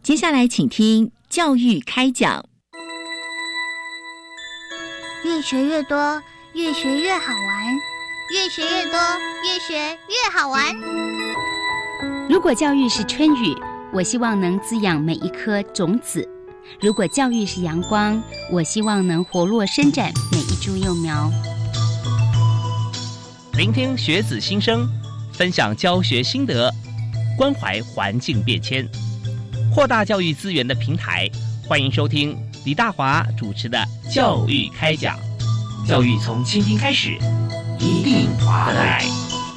接下来请听教育开讲。 越学越多，越学越好玩，越学越多，越学越好玩。 如果教育是春雨，我希望能滋养每一颗种子；如果教育是阳光，我希望能活络伸展每一株幼苗。 聆听学子心声，分享教学心得，关怀环境变迁，扩大教育资源的平台。欢迎收听李大华主持的教育开讲。教育从倾听开始，一定华得来。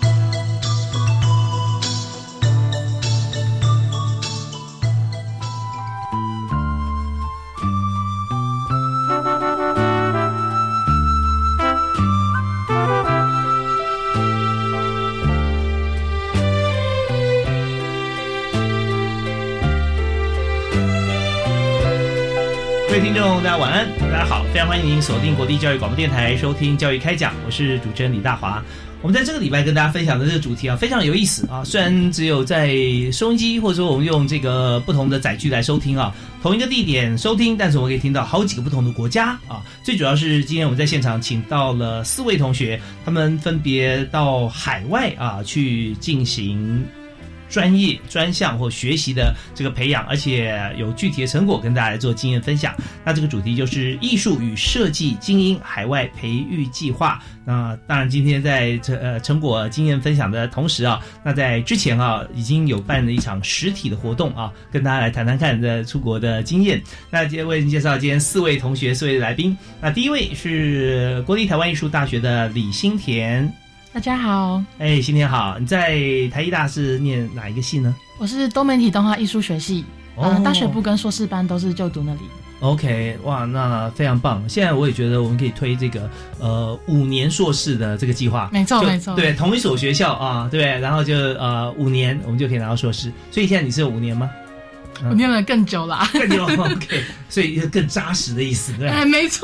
各位听众大家晚安，大家好，非常欢迎您锁定国立教育广播电台收听教育开讲，我是主持人李大华。我们在这个礼拜跟大家分享的这个主题啊，非常有意思啊。虽然只有在收音机或者说我们用这个不同的载具来收听啊，同一个地点收听，但是我们可以听到好几个不同的国家啊。最主要是今天我们在现场请到了4位同学，他们分别到海外啊去进行专业专项或学习的这个培养，而且有具体的成果跟大家来做经验分享。那这个主题就是艺术与设计精英海外培育计划。那当然今天在成果经验分享的同时啊，那在之前啊已经有办了一场实体的活动啊，跟大家来谈谈看的出国的经验。那今天为您介绍今天4位同学4位来宾。那第一位是国立台湾艺术大学的李新田。 大家好， 新田好，你在台艺大是念哪一个系呢？ 我是多媒体动画艺术学系，大学部跟硕士班都是就读那里。 OK， 哇，那非常棒。现在我也觉得我们可以推这个5年硕士的这个计划， 没错没错， 对，同一所学校啊，对，然后就5年我们就可以拿到硕士。所以现在你是有5年吗？ 我念了更久啦， 更久 OK， 所以更扎实的意思，对。 没错。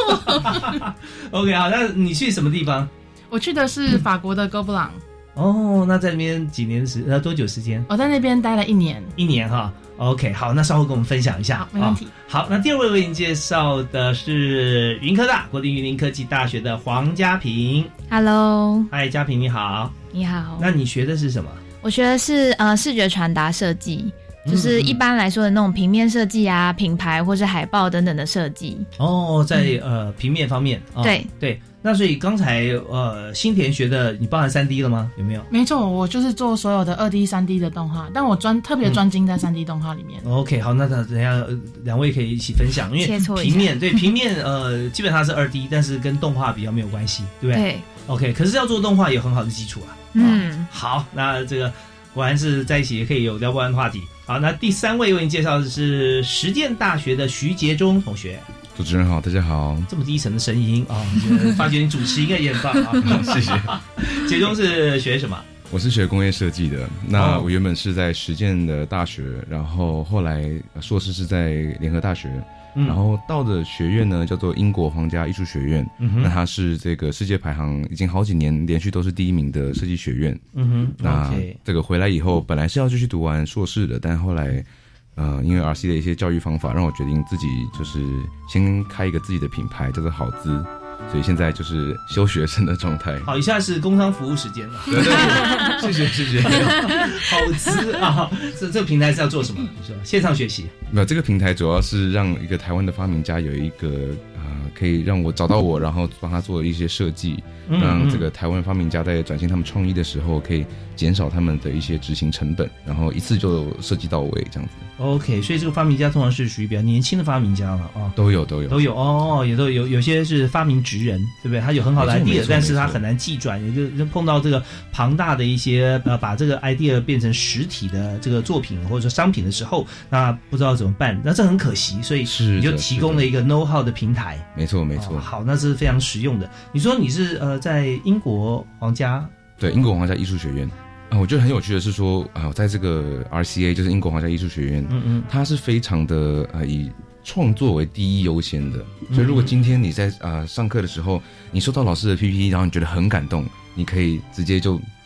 OK， 好，那你去什么地方？ 我去的是法国的哥布朗。 那在那边几年多久时间？ 我在那边待了1年。 1年哈。OK， 好，那稍后跟我们分享一下。 好，没问题。 好，那第2位为您介绍的是云科大国立云林科技大学的黄嘉平。 Hello， 嗨，嘉平你好。 你好。 那你学的是什么？ 我学的是视觉传达设计。就是一般来说的那种平面设计啊，品牌或是海报等等的设计。在平面方面。 对对。那所以刚才新田学的，你包含 3D 了吗？有没有？ 没错，我就是做所有的2D、3D 的动画，但我特别专精在 3D 动画里面。 OK， 好，那等一下2位可以一起分享，因为平面平面基本上是2D， 但是跟动画比较没有关系，对不对？ 对。 OK， 可是要做动画有很好的基础啊。好，那这个果然是在一起也可以有聊不完的话题。好，那第3位为你介绍的是实践大学的徐杰忠同学。 主持人好，大家好。 这么低沉的声音啊，发觉你主持应该也很棒啊。 谢谢。 杰忠是学什么？ 我是学工业设计的。那我原本是在实践的大学，然后后来硕士是在联合大学。然后到的学院呢叫做英国皇家艺术学院。那它是这个世界排行已经好几年连续都是第1名的设计学院。那这个回来以后本来是要继续读完硕士的，但后来因为 RC 的一些教育方法让我决定自己就是先开一个自己的品牌叫做好资，所以现在就是休学生的状态。 好，以下是工商服务时间了。对，谢谢。好资啊，这个平台是要做什么？你说线上学习？ 没有，这个平台主要是让一个台湾的发明家有一个可以让我找到我，然后帮他做一些设计，让这个台湾发明家在展现他们创意的时候可以减少他们的一些执行成本，然后一次就设计到位这样子。OK， 所以这个发明家通常是属于比较年轻的发明家了啊。 都有也都有些是发明职人，对不对？他有很好的 idea， 但是他很难技转，也就碰到这个庞大的一些把这个 idea 变成实体的这个作品或者说商品的时候，那不知道怎么办，那这很可惜，所以你就提供了一个 know how 的平台。 没错。 好，那是非常实用的。你说你是在英国皇家？ 对，英国皇家艺术学院。我觉得很有趣的是说在这个 RCA 就是英国皇家艺术学院，它是非常的以创作为第一优先的。所以如果今天你在上课的时候，你收到老师的 PPT， 然后你觉得很感动，你可以直接就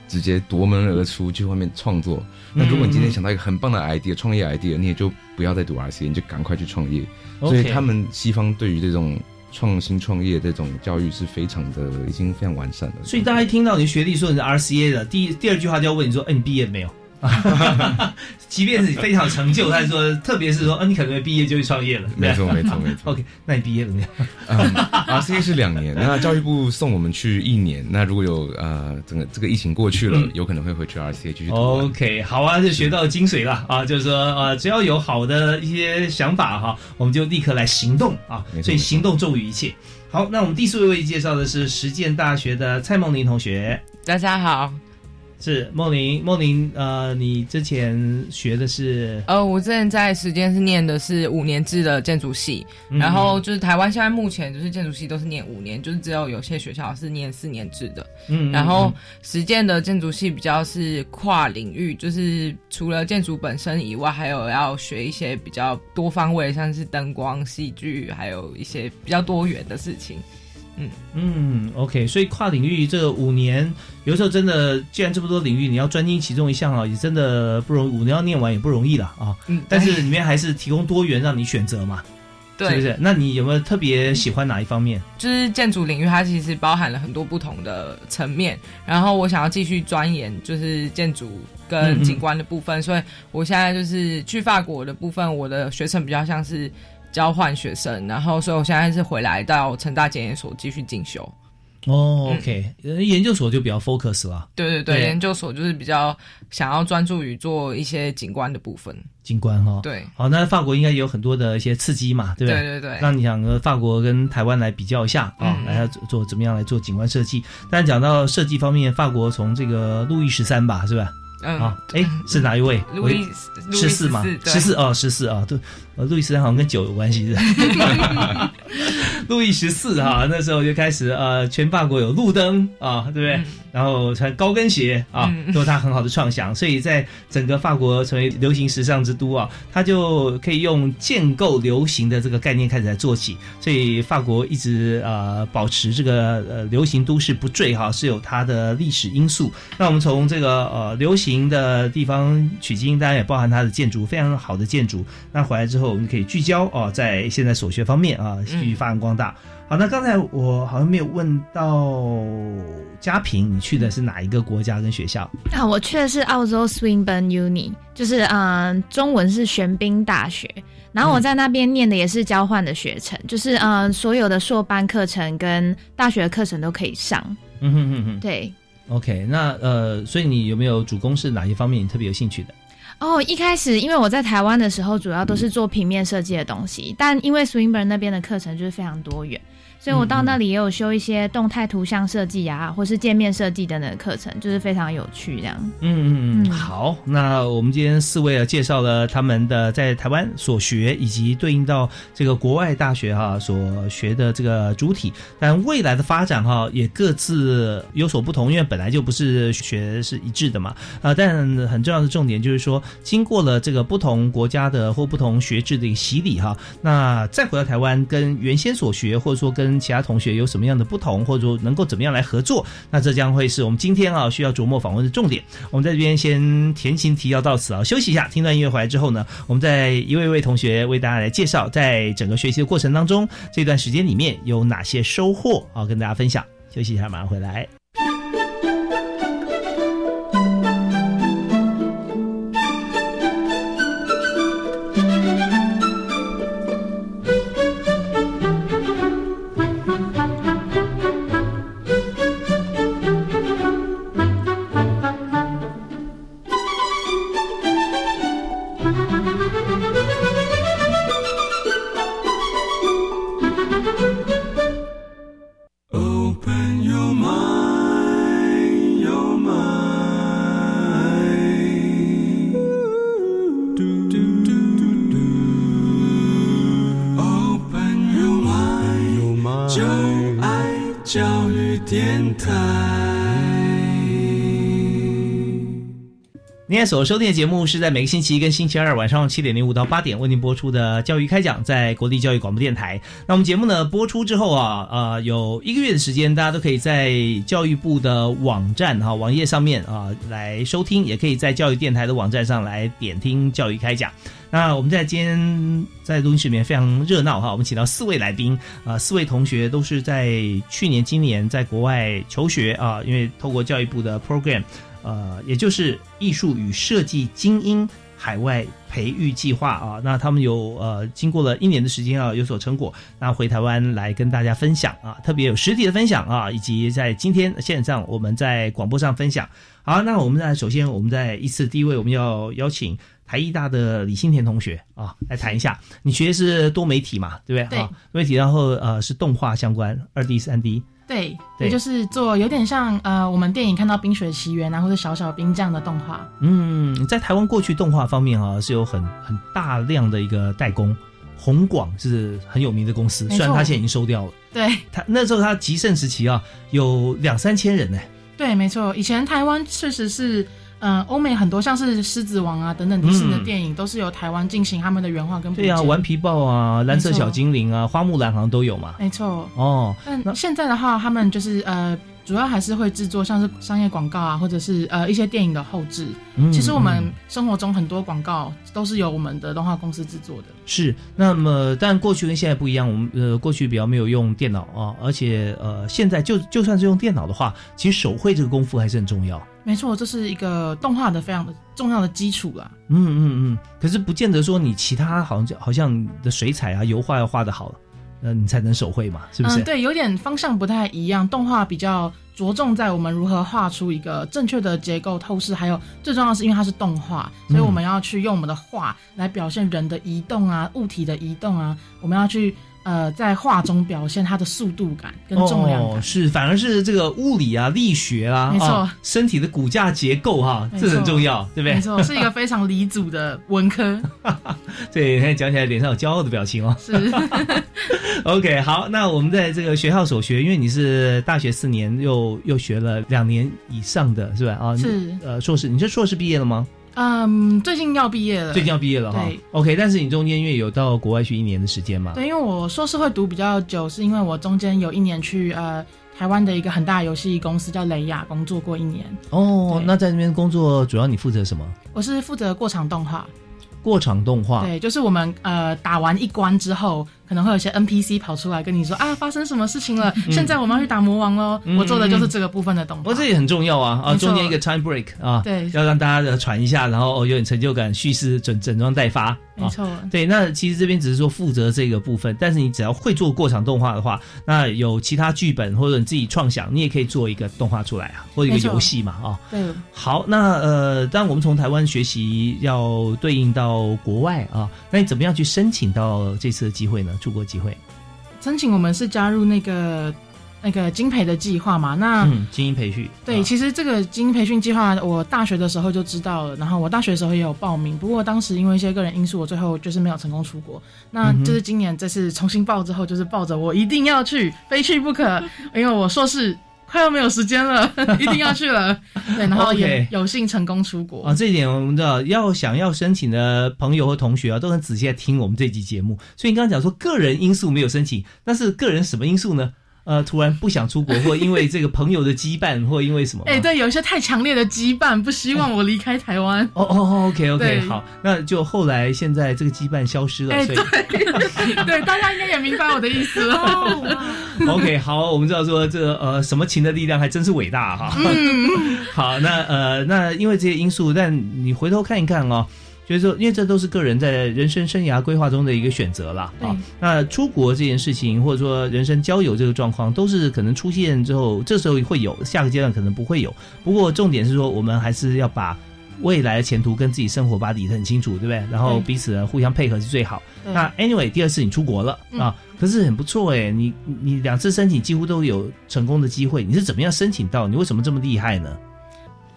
直接夺门而出去外面创作。那如果你今天想到一个很棒的 idea 创业 idea， 你也就不要再读 RCA， 你就赶快去创业。所以他们西方对于这种创新创业这种教育是非常的已经非常完善了。 所以大家一听到你学历说你是 RCA 的，第二句话就要问你说，你毕业没有？即便是非常成就，他说，特别是说，你可能毕业就去创业了。 没错。 OK， 那你毕业了没有 ？RCA 是2年，那教育部送我们去1年。那如果有整个这个疫情过去了，有可能会回去 RCA 继续读。 OK， 好啊，就学到精髓了啊，就是说只要有好的一些想法哈，我们就立刻来行动啊。所以行动重于一切。好，那我们第4位介绍的是实践大学的蔡梦玲同学。 大家好。 是梦玲，你之前学的是？ 我之前在实践是念的是5年制的建筑系，然后就是台湾现在目前就是建筑系都是念5年，就是只有有些学校是念4年制的。然后实践的建筑系比较是跨领域，就是除了建筑本身以外，还有要学一些比较多方位，像是灯光、戏剧，还有一些比较多元的事情。 OK， 所以跨领域这5年，有时候真的，既然这么多领域，你要专精其中一项也真的不容易，5年要念完也不容易了啊。但是里面还是提供多元让你选择嘛，对，是不是？那你有没有特别喜欢哪一方面？ 就是建筑领域，它其实包含了很多不同的层面，然后我想要继续钻研就是建筑跟景观的部分，所以我现在就是去法国的部分，我的学程比较像是交换学生，然后所以我现在是回来到成大检验所继续进修。 OK， 研究所就比较 focus 了。 对，研究所就是比较想要专注于做一些景观的部分。 景观对。好，那法国应该也有很多的一些刺激嘛，对不对？对。让你想法国跟台湾来比较一下来做怎么样来做景观设计。但讲到设计方面，法国从这个路易13吧，是吧？是哪一位？ 路易 14嘛，14啊，对，路易13好像跟酒有关系的。路易14那时候就开始全法国有路灯对不对？然后穿高跟鞋都是他很好的创想，所以在整个法国成为流行时尚之都他就可以用建构流行的这个概念开始来做起，所以法国一直保持这个流行都市不坠是有它的历史因素。那我们从这个流行的地方取经，当然也包含它的建筑，非常好的建筑。那回来之后，我们可以聚焦在现在所学方面去发扬光大。好，那刚才我好像没有问到嘉平，你去的是哪一个国家跟学校？ 我去的是澳洲 Swinburne Uni， 就是中文是玄彬大学。然后我在那边念的也是交换的学程，就是所有的硕班课程跟大学的课程都可以上。对。 OK， 那所以你有没有主攻是哪一方面你特别有兴趣的？ 一开始因为我在台湾的时候主要都是做平面设计的东西，但因为 Swinburne 那边的课程就是非常多元，所以我到那里也有修一些动态图像设计或是界面设计等等的课程，就是非常有趣这样。 好，那我们今天4位介绍了他们的在台湾所学以及对应到这个国外大学所学的这个主体，但未来的发展也各自有所不同，因为本来就不是学是一致的嘛。但很重要的重点就是说，经过了这个不同国家的或不同学制的一个洗礼那再回到台湾跟原先所学或者说跟其他同学有什么样的不同，或者说能够怎么样来合作，那这将会是我们今天需要琢磨访问的重点。我们在这边先前情提要到此休息一下，听段音乐回来之后呢，我们再一位位同学为大家来介绍在整个学习的过程当中，这段时间里面有哪些收获跟大家分享。休息一下，马上回来。 您现在所收听的节目是在每个星期一跟星期二晚上7:05到8点为您播出的教育开讲，在国立教育广播电台。那我们节目呢播出之后啊，有1个月的时间，大家都可以在教育部的网站网页上面来收听，也可以在教育电台的网站上来点听教育开讲。那我们在今天在录音室里面非常热闹我们请到4位来宾4位同学都是在去年今年在国外求学因为透过教育部的 program也就是艺术与设计精英海外培育计划那他们有经过了1年的时间有所成果，那回台湾来跟大家分享特别有实体的分享以及在今天线上我们在广播上分享。好，那我们首先我们在第一位我们要邀请台艺大的李新田同学来谈一下，你学的是多媒体嘛，对不对？ 对， 多媒体，然后是动画相关，2D、3D。 对，也就是做有点像我们电影看到《冰雪奇缘》或者小小兵这样的动画。 在台湾过去动画方面是有很大量的一个代工，宏广是很有名的公司，虽然他现在已经收掉了。 对， 他那时候他极盛时期有2-3千人呢。 对，没错，以前台湾确实是。欧美很多像是狮子王等等迪士尼的电影都是由台湾进行他们的原画跟补件。对顽皮豹蓝色小精灵花木兰好像都有嘛。 没错。但现在的话他们就是主要还是会制作像是商业广告或者是一些电影的后制。其实我们生活中很多广告都是由我们的动画公司制作的。是， 那么但过去跟现在不一样，我们过去比较没有用电脑而且现在就算是用电脑的话，其实手绘这个功夫还是很重要。 没错，这是一个动画的非常的重要的基础啦。 可是不见得说你其他好像的水彩油画要画得好你才能手绘嘛，是不是？ 对，有点方向不太一样。动画比较着重在我们如何画出一个正确的结构透视，还有最重要的是因为它是动画，所以我们要去用我们的画来表现人的移动物体的移动我们要去在画中表现它的速度感跟重量感。 是，反而是这个物理力学没错身体的骨架结构这很重要，对不对？ 没错，是一个非常理组的文科。 对，讲起来脸上有骄傲的表情是OK， 好，那我们在这个学校所学，因为你是大学4年又学了2年以上的是吧？ 是硕士，你是硕士毕业了吗？ 最近要毕业了。 对 OK， 但是你中间因为有到国外去1年的时间嘛？ 对，因为我硕士会读比较久，是因为我中间有1年去台湾的一个很大的游戏公司叫雷亚工作过1年。 那在那边工作主要你负责什么？ 我是负责过场动画。 对， 就是我们打完一关之后，可能会有一些 NPC 跑出来跟你说发生什么事情了，现在我们要去打魔王咯。我做的就是这个部分的动画。 这也很重要中间一个 time break 对， 要让大家喘一下，然后有点成就感，蓄势整装待发。 没错。 对，那其实这边只是说负责这个部分，但是你只要会做过场动画的话，那有其他剧本或者你自己创想，你也可以做一个动画出来或者一个游戏嘛对。 好，那当然我们从台湾学习要对应到国外那你怎么样去申请到这次的机会呢？出国机会申请我们是加入那个精培的计划嘛？那精英培训。 对，其实这个精英培训计划我大学的时候就知道了，然后我大学的时候也有报名，不过当时因为一些个人因素，我最后就是没有成功出国。那就是今年这次重新报之后，就是抱着我一定要去，非去不可，因为我硕士快要没有时间了，一定要去了。对，然后也有幸成功出国。 这一点我们知道，想要申请的朋友或同学都很仔细在听我们这集节目。所以你刚刚讲说个人因素没有申请，那是个人什么因素呢？突然不想出国，或因为这个朋友的羁绊，或因为什么？ 对，有一些太强烈的羁绊，不希望我离开台湾。 OK， 好，那就后来现在这个羁绊消失了，所以对，大家应该也明白我的意思了。 OK， 好，我们知道说这个什么情的力量还真是伟大好，那因为这些因素，但你回头看一看就是说，因为这都是个人在人生生涯规划中的一个选择啦那出国这件事情，或者说人生交友这个状况，都是可能出现之后，这时候会有，下个阶段可能不会有。不过重点是说，我们还是要把未来的前途跟自己生活把它理得很清楚，对不对？然后彼此互相配合是最好。那 anyway， 第2次你出国了可是很不错你2次申请几乎都有成功的机会，你是怎么样申请到？你为什么这么厉害呢？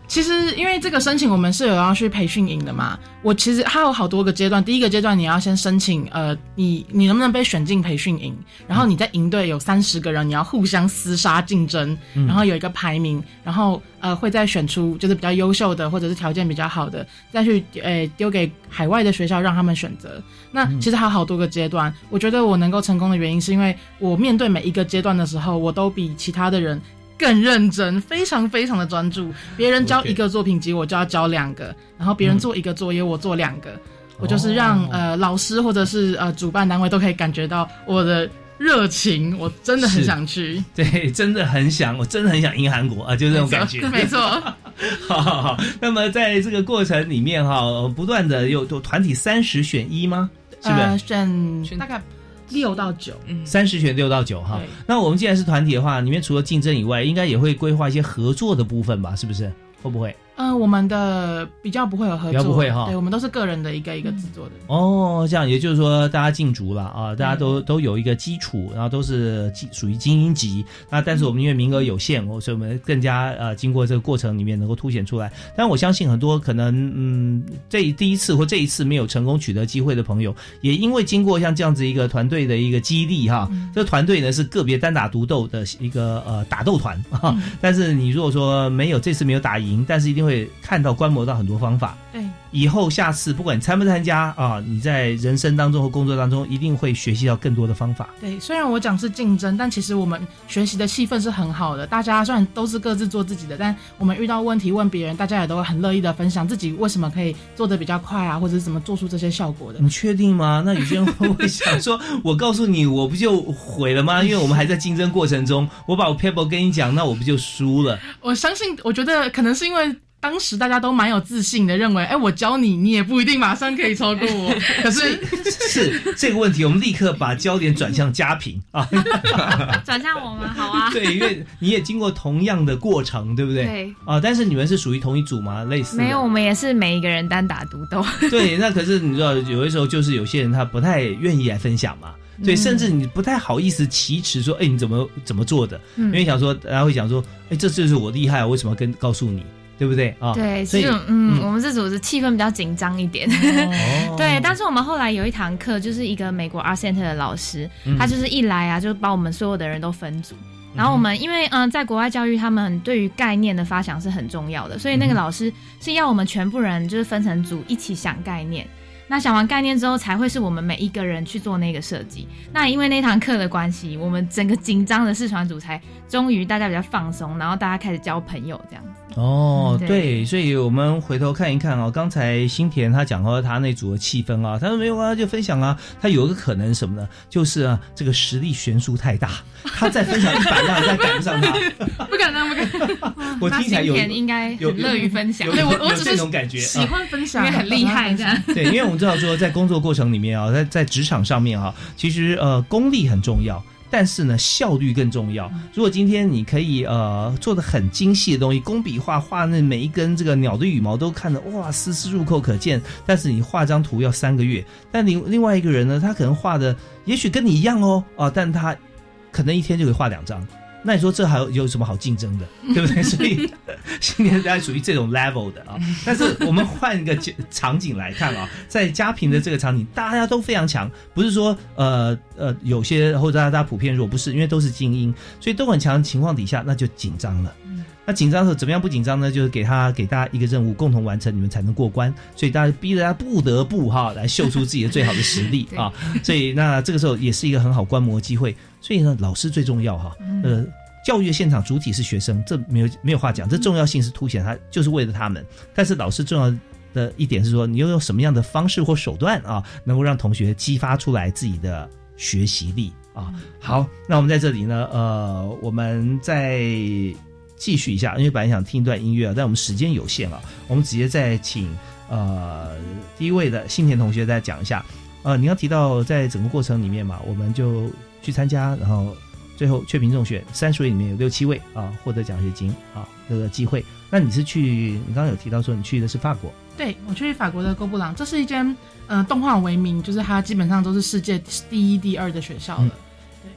其实因为这个申请我们是有要去培训营的嘛，我其实还有好多个阶段。第一个阶段你要先申请你能不能被选进培训营，然后你在营队有30个人，你要互相厮杀竞争，然后有一个排名，然后会再选出就是比较优秀的或者是条件比较好的，再去丢给海外的学校让他们选择。那其实还有好多个阶段，我觉得我能够成功的原因是因为我面对每一个阶段的时候，我都比其他的人更认真，非常非常的专注。别人交一个作品集，我就要交2个，然后别人做一个作业，我做2个。我就是让老师或者是主办单位都可以感觉到我的热情，我真的很想去。 对，真的很想，我真的很想赢韩国啊，就是这种感觉。 没错。 好，那么在这个过程里面哈，不断的有团体30选1吗？是不是？ 选大概6到9 ，30选6到9哈。那我们既然是团体的话，里面除了竞争以外，应该也会规划一些合作的部分吧？是不是？会不会？ 我们的比较不会有合作， 比较不会哈。 对，我们都是个人的一个一个制作的。 哦，这样也就是说，大家竞逐了啊，大家都有一个基础，然后都是属于精英级。那但是我们因为名额有限，所以我们更加经过这个过程里面能够凸显出来。但我相信很多可能第一次或这一次没有成功取得机会的朋友，也因为经过像这样子一个团队的一个激励哈，这个团队呢是个别单打独斗的一个打斗团哈。但是你如果说这次没有打赢，但是一定会看到观摩到很多方法。 对， 以后下次不管你参不参加啊，你在人生当中或工作当中一定会学习到更多的方法。 对，虽然我讲是竞争，但其实我们学习的气氛是很好的。大家虽然都是各自做自己的，但我们遇到问题问别人，大家也都会很乐意的分享自己为什么可以做得比较快啊，或者是怎么做出这些效果的。 你确定吗？那有些人会不会想说我告诉你我不就毁了吗？因为我们还在竞争过程中，我把我 paper 跟你讲，那我不就输了？我相信，我觉得可能是因为当时大家都蛮有自信的，认为我教你，你也不一定马上可以超过我。可是这个问题，我们立刻把焦点转向嘉平啊， 转向我吗？好啊。 对，因为你也经过同样的过程，对不对？ 对。 但是你们是属于同一组吗？类似？ 没有，我们也是每一个人单打独斗。 对，那可是你知道，有的时候就是有些人他不太愿意来分享嘛。对，甚至你不太好意思启齿说，你怎么做的？因为想说，大家会想说，这就是我厉害，我为什么要告诉你？对不对啊？ 对，所以我们这组是气氛比较紧张一点。对，但是我们后来有一堂课，就是一个美国 Art Center 的老师，他就是一来啊，就把我们所有的人都分组。然后我们因为在国外教育，他们对于概念的发想是很重要的，所以那个老师是要我们全部人就是分成组一起想概念。那想完概念之后，才会是我们每一个人去做那个设计。那因为那堂课的关系，我们整个紧张的视传组才终于大家比较放松，然后大家开始交朋友这样子。 对，所以我们回头看一看啊，刚才新田他讲到他那组的气氛啊，他说没有啊，就分享啊，他有一个可能什么呢？就是这个实力悬殊太大，他再分享100样，再赶不上他。 不可能。 我听起来新田应该很乐于分享， 对我只是这种感觉， 喜欢分享， 因为很厉害这样。 对，因为我们知道说，在工作过程里面啊，在职场上面啊，其实功力很重要。但是呢，效率更重要。如果今天你可以做得很精细的东西，工笔画那每一根这个鸟的羽毛都看得哇丝丝入扣可见，但是你画张图要3个月，但另外一个人呢，他可能画的也许跟你一样但他可能1天就可以画2张。那你说这还有什么好竞争的，对不对？所以今天大家属于这种 level 的啊。但是我们换一个场景来看啊，在嘉平的这个场景，大家都非常强，不是说有些或者大家普遍弱，不是，因为都是精英，所以都很强的情况底下，那就紧张了。那紧张的时候怎么样不紧张呢？就是给大家一个任务，共同完成，你们才能过关。所以大家逼着他不得不来秀出自己的最好的实力啊。所以那这个时候也是一个很好观摩机会。所以呢，老师最重要教育的现场主体是学生，这没有话讲，这重要性是凸显他就是为了他们。但是老师重要的一点是说，你又用什么样的方式或手段能够让同学激发出来自己的学习力啊。好，那我们在这里呢，我们再继续一下，因为本来想听一段音乐但我们时间有限我们直接再请第一位的新田同学再讲一下。你要提到在整个过程里面嘛，我们就去参加，然后最后确评中选30位里面有6-7位获得奖学金这个机会。那你刚刚有提到说你去的是法国？ 对，我去法国的哥布朗，这是一间动画为名，就是它基本上都是世界第1、第2的学校了。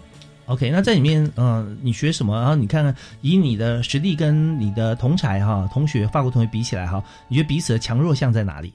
OK， 那在里面，你学什么？然后你看看，以你的实力跟你的同才哈、同学、法国同学比起来哈，你觉得彼此的强弱项在哪里？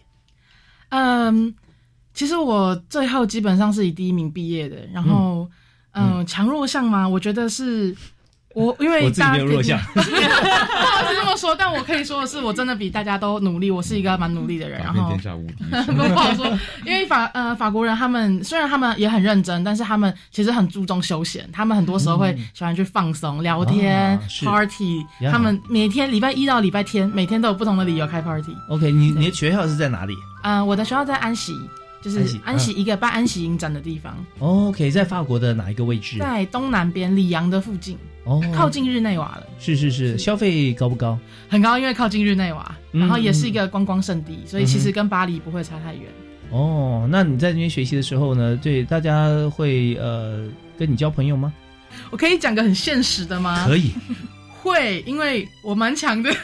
其实我最后基本上是以第1名毕业的，然后，强弱项嘛，我觉得是。因为我自己没有弱项， 不好意思这么说，但我可以说的是，我真的比大家都努力，我是一个蛮努力的人。然后天下无敌， 不好说，因为法国人他们虽然他们也很认真，但是他们其实很注重休闲，他们很多时候会喜欢去放松、聊天、party， 他们每天礼拜一到礼拜天，每天都有不同的理由开 party。 OK， 你的学校是在哪里？ 我的学校在安息。就是安息一个办安息影展的地方。 OK， 在法国的哪一个位置？ 在东南边里昂的附近，靠近日内瓦了。 是，消费高不高？ 很高，因为靠近日内瓦，然后也是一个观光胜地，所以其实跟巴黎不会差太远。 那你在那边学习的时候呢？对，大家会跟你交朋友吗？ 我可以讲个很现实的吗？ 可以。 会，因为我蛮强的，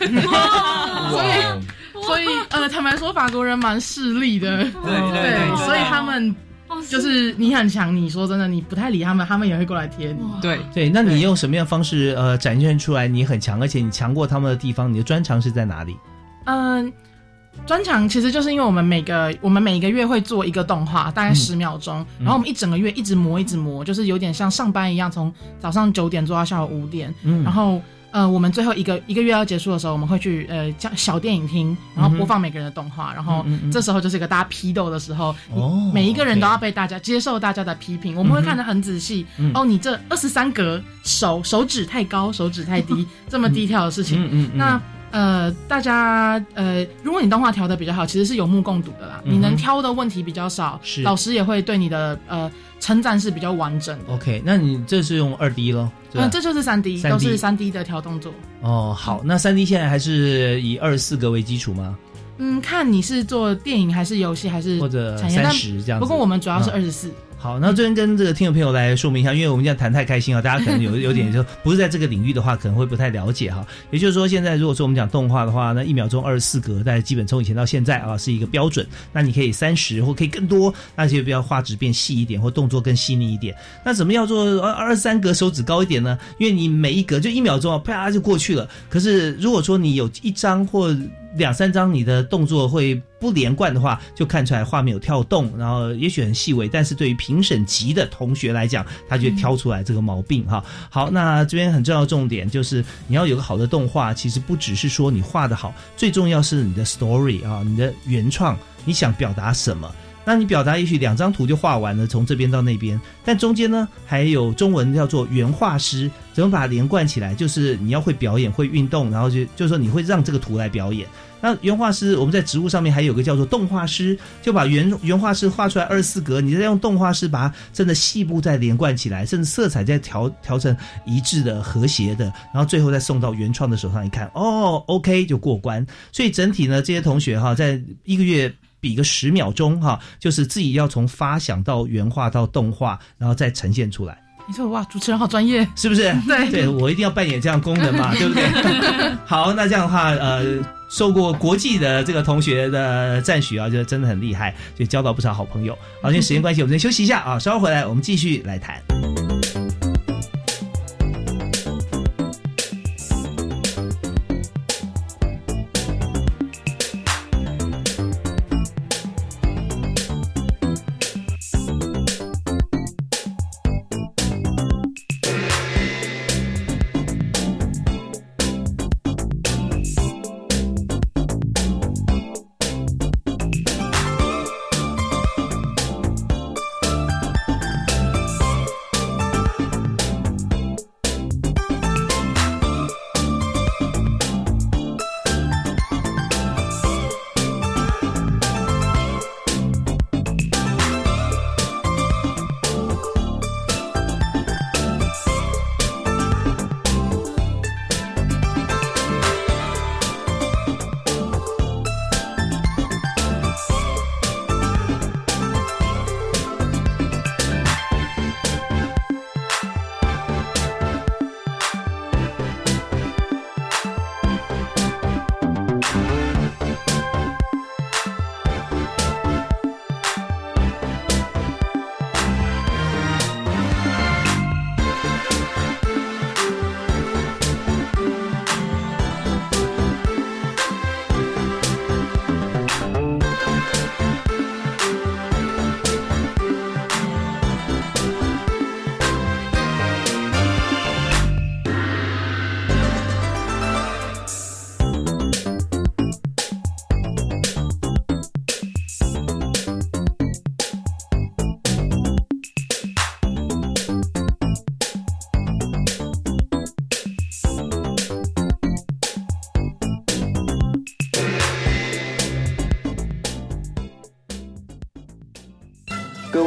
所以坦白说，法国人蛮势利的，对，所以他们就是你很强，你说真的，你不太理他们，他们也会过来贴你。 对，那你用什么样的方式展现出来你很强，而且你强过他们的地方？你的专长是在哪里？ 专长其实就是因为我们每一个月会做一个动画，大概10秒钟，然后我们一整个月一直磨，就是有点像上班一样，从早上9点做到下午5点，然后。我们最后一个月要结束的时候，我们会去小电影厅，然后播放每个人的动画，然后这时候就是一个大家批斗的时候，每一个人都要被大家接受大家的批评，我们会看得很仔细。你这23格手指太高，手指太低，这么低调的事情，那。大家如果你动画调的比较好，其实是有目共睹的啦。你能挑的问题比较少，老师也会对你的称赞是比较完整的。 OK， 那你这是用2D 咯？ 这就是3D， 都是3D 的调动作。 好，那3D 现在还是以24格为基础吗？ 看你是做电影还是游戏还是或者30这样子。 不过我们主要是24。 好，那这边跟这个听众朋友来说明一下，因为我们这样谈太开心啊，大家可能有点就不是在这个领域的话，可能会不太了解哈。也就是说，现在如果说我们讲动画的话，那1秒钟24格，大概基本从以前到现在啊是一个标准。那你可以30或可以更多，那就比较画质变细一点，或动作更细腻一点。那怎么要做23格手指高一点呢？因为你每一格就1秒钟啊，啪就过去了。可是如果说你有1张或2-3张你的动作会不连贯的话，就看出来画面有跳动，然后也许很细微，但是对于评审级的同学来讲，他就会挑出来这个毛病哈。好，那这边很重要的重点就是你要有个好的动画，其实不只是说你画得好，最重要是你的 story 啊，你的原创，你想表达什么。那你表达也许2张图就画完了，从这边到那边，但中间呢还有中文叫做原画师，怎么把它连贯起来？就是你要会表演、会运动，然后就是说你会让这个图来表演。那原画师我们在植物上面还有个叫做动画师，就把原画师画出来24格，你再用动画师把它真的细部再连贯起来，甚至色彩再调成一致的、和谐的，然后最后再送到原创的手上一看，OK 就过关。所以整体呢，这些同学在1个月比个10秒钟哈，就是自己要从发想到原画到动画，然后再呈现出来。 你说哇，主持人好专业， 是不是？ 对， 我一定要扮演这样功能嘛，对不对？好，那这样的话，受过国际的这个同学的赞许啊，就真的很厉害，就交到不少好朋友。好，因为时间关系，我们先休息一下啊，稍后回来我们继续来谈。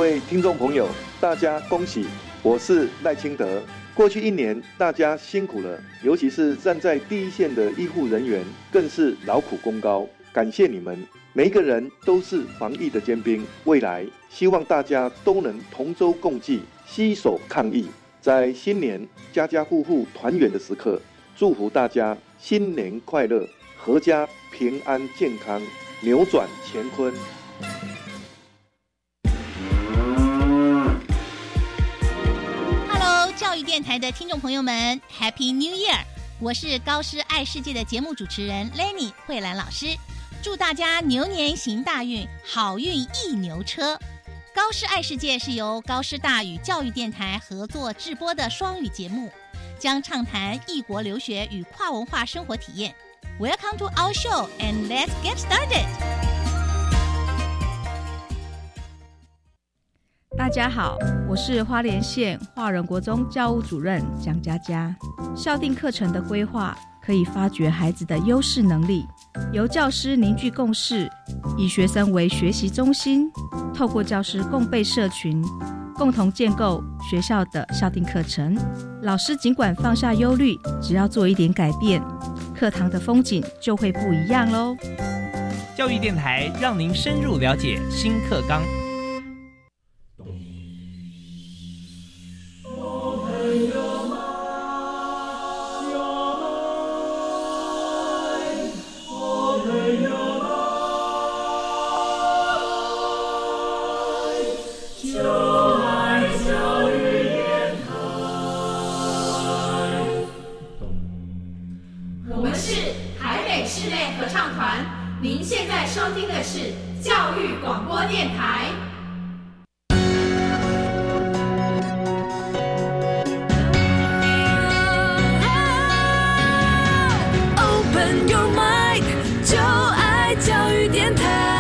位听众朋友，大家恭喜！我是赖清德。过去1年，大家辛苦了，尤其是站在第一线的医护人员，更是劳苦功高，感谢你们。每一个人都是防疫的尖兵，未来希望大家都能同舟共济，携手抗疫。在新年家家户户团圆的时刻，祝福大家新年快乐，阖家平安健康，扭转乾坤。 教育电台的听众朋友们 Happy New Year， 我是高师爱世界的节目主持人 Lenny 慧兰老师，祝大家牛年行大运，好运一牛车。高师爱世界是由高师大与教育电台合作制播的双语节目，将畅谈异国留学与跨文化生活体验。 Welcome to our show and let's get started。 大家好，我是花莲县华人国中教务主任蒋佳佳。校定课程的规划可以发掘孩子的优势能力，由教师凝聚共识，以学生为学习中心，透过教师共备社群，共同建构学校的校定课程。老师尽管放下忧虑，只要做一点改变，课堂的风景就会不一样咯。 教育电台让您深入了解新课纲。 您现在收听的是教育广播电台。Open your mind， 就爱教育电台。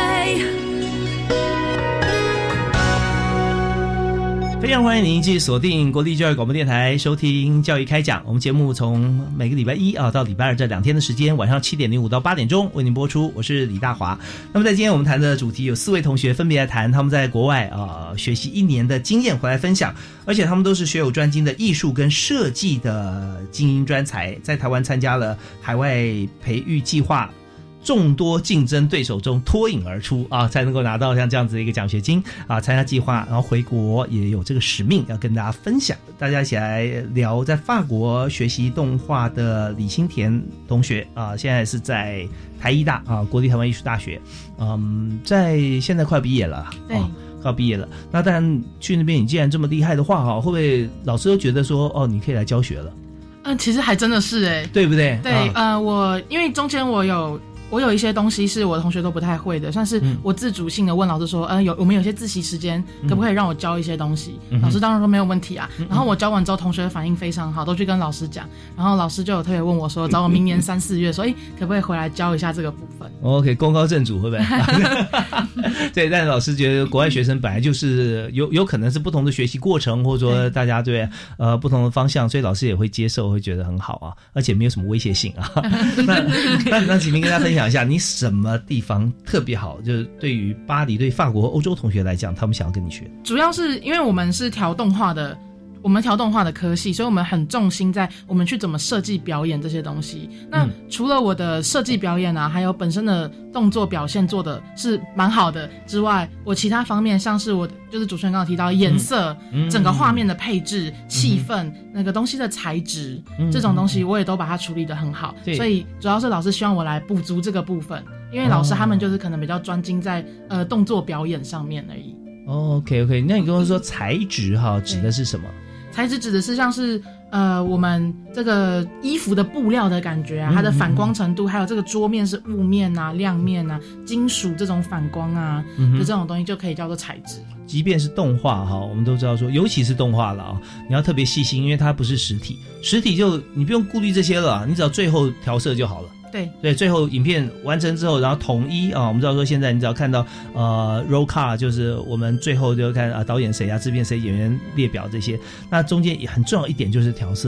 非常欢迎您继续锁定国立教育广播电台，收听教育开讲。我们节目从每个礼拜一到礼拜二这2天的时间，晚上7点05到8点钟为您播出。我是李大华。那么在今天我们谈的主题有4位同学分别来谈他们在国外学习1年的经验回来分享，而且他们都是学有专精的艺术跟设计的精英专才，在台湾参加了海外培育计划。众多竞争对手中脱颖而出才能够拿到像这样子的一个奖学金参加计划，然后回国也有这个使命要跟大家分享。大家一起来聊在法国学习动画的李新田同学现在是在台艺大国立台湾艺术大学，现在快毕业了， 对， 快毕业了。那当然去那边你既然这么厉害的话会不会老师都觉得说你可以来教学了？ 其实还真的是对不对？ 对，我因为中间我有一些东西是我的同学都不太会的，算是我自主性的问老师说，我们有些自习时间可不可以让我教一些东西？老师当然说没有问题啊。然后我教完之后，同学的反应非常好，都去跟老师讲。然后老师就有特别问我说，找我明年3、4月说，可不可以回来教一下这个部分 ？OK， 功高震主会不会？对，但是老师觉得国外学生本来就是有可能是不同的学习过程，或者说大家对不同的方向，所以老师也会接受，会觉得很好而且没有什么威胁性那请您跟大家分享一下，你什么地方特别好？就是对于巴黎、对法国、欧洲同学来讲，他们想要跟你学。 主要是因为我们是调动画的科系，所以我们很重心在我们去怎么设计表演这些东西。那除了我的设计表演还有本身的动作表现做的是蛮好的之外，我其他方面像是我就是主持人刚刚提到颜色、整个画面的配置、气氛、那个东西的材质，这种东西我也都把它处理得很好。所以主要是老师希望我来补足这个部分，因为老师他们就是可能比较专精在动作表演上面而已。 OK， 那你跟我说材质指的是什么？ 材质指的是像是我们这个衣服的布料的感觉它的反光程度，还有这个桌面是雾面亮面金属这种反光的这种东西就可以叫做材质。 即便是动画我们都知道说，尤其是动画了你要特别细心，因为它不是实体就你不用顾虑这些了你只要最后调色就好了。对，最后影片完成之后，然后统一我们知道说现在你只要看到roll card， 就是我们最后就看导演谁制片谁、演员列表这些。那中间也很重要一点就是调色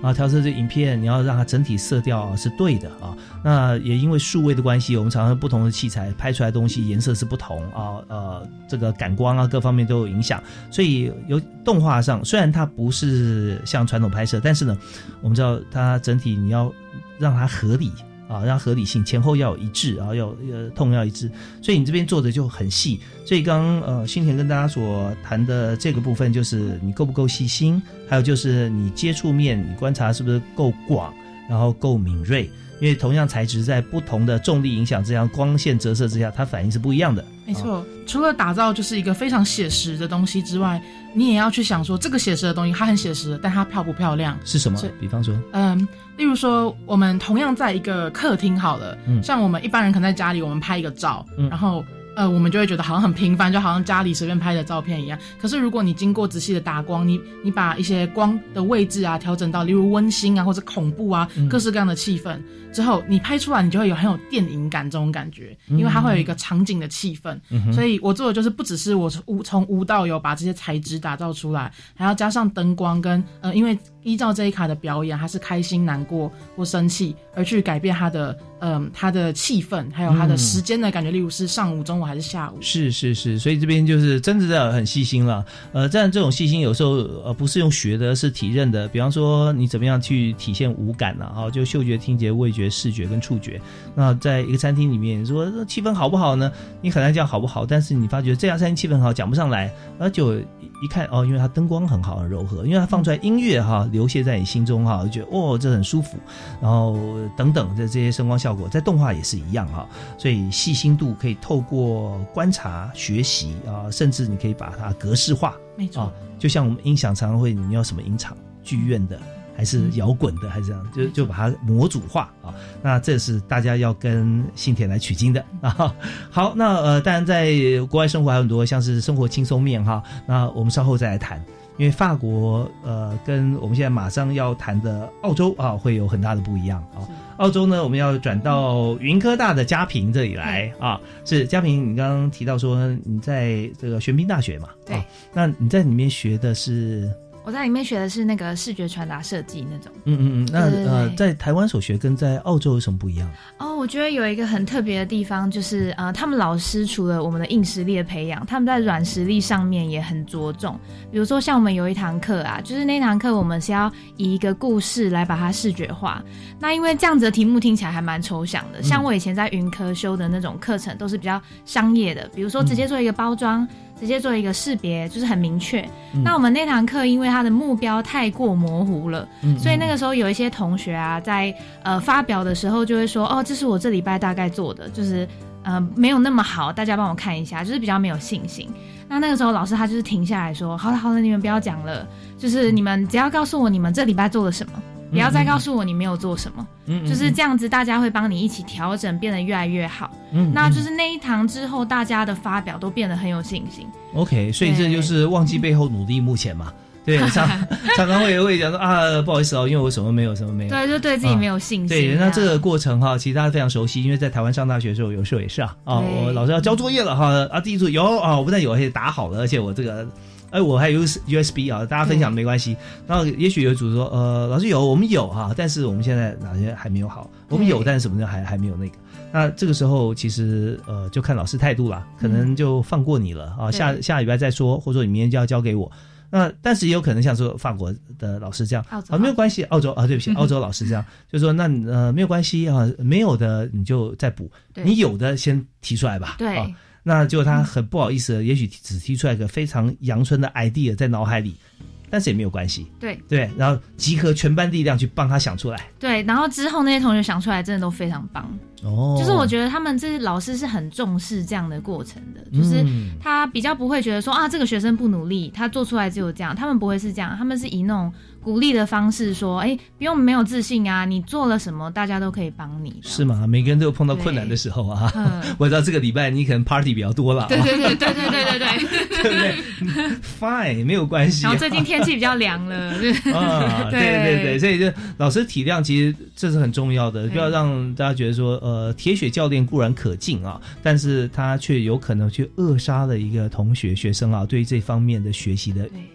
啊，调色这影片你要让它整体色调是对的啊。那也因为数位的关系，我们常常不同的器材拍出来的东西颜色是不同啊，这个感光啊各方面都有影响，所以有动画上虽然它不是像传统拍摄，但是呢，我们知道它整体你要让它合理。啊，让合理性前后要有一致啊，要痛要一致，所以你这边做的就很细。所以刚新田跟大家所谈的这个部分，就是你够不够细心，还有就是你接触面，你观察是不是够广，然后够敏锐。因为同样材质在不同的重力影响之下，光线折射之下，它反应是不一样的。 没错，除了打造就是一个非常写实的东西之外，你也要去想说这个写实的东西它很写实，但它漂不漂亮是什么？比方说例如说我们同样在一个客厅好了，像我们一般人可能在家里我们拍一个照，然后我们就会觉得好像很平凡，就好像家里随便拍的照片一样。可是如果你经过仔细的打光，你把一些光的位置啊调整到例如温馨啊或者恐怖啊各式各样的气氛之后，你拍出来你就会有很有电影感这种感觉，因为它会有一个场景的气氛。所以我做的就是不只是我从无到有把这些材质打造出来，还要加上灯光跟因为依照这一卡的表演，它是开心、难过或生气，而去改变它的气氛，还有它的时间的感觉，例如是上午、中午还是下午。 是，所以这边就是真的很细心了。但这种细心有时候不是用学的，是体认的。比方说你怎么样去体现五感啊，就嗅觉、听觉、味觉、视觉跟触觉。那在一个餐厅里面，你说气氛好不好呢？你很难讲好不好，但是你发觉这家餐厅气氛很好，讲不上来，就一看因为它灯光很好，很柔和，因为它放出来音乐流泻在你心中就觉得这很舒服，然后等等的这些声光效果，在动画也是一样所以细心度可以透过观察学习甚至你可以把它格式化。 没错就像我们音响常常会，你要什么音场，剧院的还是摇滚的还是这样，就把它模组化那这是大家要跟新田来取经的好，那当然在国外生活还有很多像是生活轻松面那我们稍后再来谈。因为法国跟我们现在马上要谈的澳洲会有很大的不一样澳洲呢，我们要转到云科大的嘉平这里来是嘉平，你刚刚提到说你在这个玄彬大学嘛？ 对那你在里面学的是？ 我在里面学的是那个视觉传达设计那种。 那在台湾所学跟在澳洲有什么不一样？ 我觉得有一个很特别的地方，就是他们老师除了我们的硬实力的培养，他们在软实力上面也很着重。比如说像我们有一堂课就是那堂课我们是要以一个故事来把它视觉化。那因为这样子的题目听起来还蛮抽象的，像我以前在云科修的那种课程都是比较商业的，比如说直接做一个包装，直接做一个识别，就是很明确。那我们那堂课因为它的目标太过模糊了，所以那个时候有一些同学在发表的时候就会说这是我这礼拜大概做的，就是没有那么好，大家帮我看一下，就是比较没有信心。那个时候老师他就是停下来说，好了，你们不要讲了，就是你们只要告诉我你们这礼拜做了什么，不要再告诉我你没有做什么，就是这样子，大家会帮你一起调整，变得越来越好。那就是那一堂之后，大家的发表都变得很有信心。 OK， 所以这就是忘记背后努力目前嘛。对，常常会讲说不好意思因为我什么没有。 对，就对自己没有信心。 对，那这个过程其实大家非常熟悉，因为在台湾上大学的时候，有时候也是我老师要交作业了第一组有我不但有，而且打好了，而且我这个。我还有 USB 大家分享没关系。然后也许有一组说老师有，我们有但是我们现在哪些还没有好，我们有但是什么的还没有那个。那这个时候其实就看老师态度啦，可能就放过你了下礼拜再说，或者说你明天就要交给我。那但是也有可能像说法国的老师这样没有关系，澳洲对不起澳洲老师这样就说那没有关系没有的你就再补，你有的先提出来吧。 对那结果他很不好意思也许只提出来一个非常阳春的 idea 在脑海里，但是也没有关系。对，然后集合全班力量去帮他想出来。 对，然后之后那些同学想出来真的都非常棒。就是我觉得他们这些老师是很重视这样的过程的，就是他比较不会觉得说这个学生不努力，他做出来只有这样，他们不会是这样，他们是以那种鼓励的方式说不用没有自信你做了什么大家都可以帮你。 是吗？每个人都有碰到困难的时候我知道这个礼拜你可能 party 比较多了。 对对不对？Fine， 没有关系。 然后最近天气比较凉了对，所以就老师体谅其实这是很重要的，不要让大家觉得说铁血教练固然可敬但是他却有可能去扼杀了一个同学学生对这方面的学习的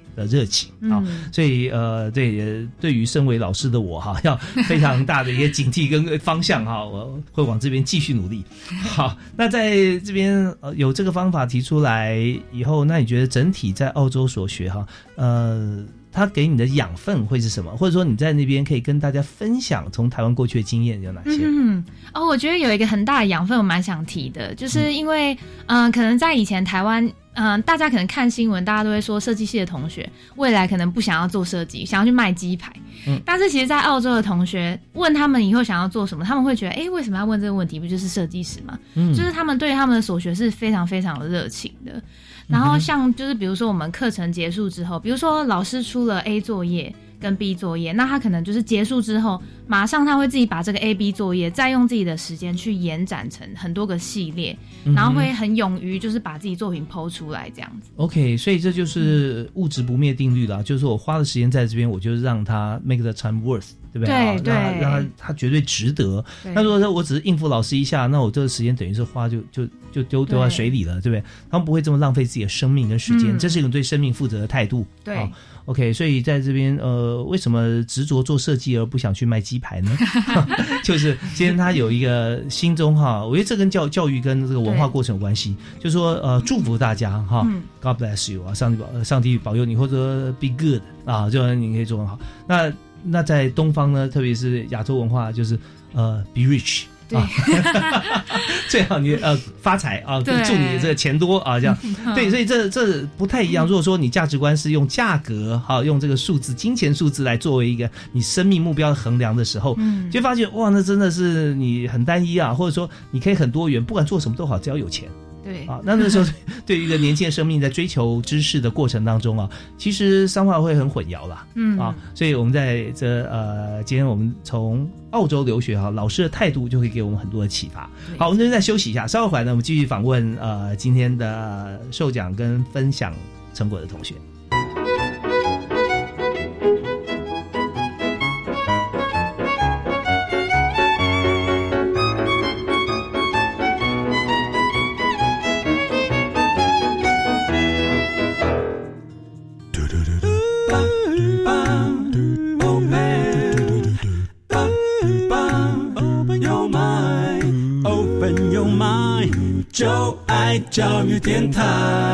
的热情啊，所以对于身为老师的我要非常大的一个警惕跟方向我会往这边继续努力。好，那在这边有这个方法提出来以后，那你觉得整体在澳洲所学它给你的养分会是什么？或者说你在那边可以跟大家分享从台湾过去的经验有哪些？ 我觉得有一个很大的养分我蛮想提的，就是因为可能在以前台湾大家可能看新闻，大家都会说设计系的同学未来可能不想要做设计，想要去卖鸡排。但是其实在澳洲的同学问他们以后想要做什么，他们会觉得为什么要问这个问题？不就是设计师吗？就是他们对他们的所学是非常非常的热情的。然后像就是比如说我们课程结束之后，比如说老师出了 A 作业跟 B 作业，那他可能就是结束之后马上他会自己把这个 A、B 作业再用自己的时间去延展成很多个系列，然后会很勇于就是把自己作品抛出来这样子。 OK， 所以这就是物质不灭定律啦，就是说我花的时间在这边，我就让它 make the time worth， 对不对？对，让它绝对值得。那如果说我只是应付老师一下，那我这个时间等于是花就丢到水里了，对不对？他们不会这么浪费自己的生命跟时间，这是一种对生命负责的态度。对，OK， 所以在这边为什么执着做设计而不想去卖鸡排呢？就是今天他有一个心中我觉得这跟教育跟这个文化过程有关系，就是说祝福大家God bless you 上帝保佑你，或者 be good 就你可以做很好。那在东方呢，特别是亚洲文化，就是be rich。对，最好你发财祝你这个钱多这样。对，所以这不太一样。如果说你价值观是用价格用这个数字、金钱数字来作为一个你生命目标的衡量的时候，就发现哇，那真的是你很单一或者说你可以很多元，不管做什么都好，只要有钱。对那时候对于一个年轻的生命在追求知识的过程当中其实商化会很混淆啦。所以我们在今天我们从澳洲留学老师的态度就会给我们很多的启发。好，我们这边再休息一下，稍后回来呢，我们继续访问今天的授奖跟分享成果的同学。 就爱教育电台。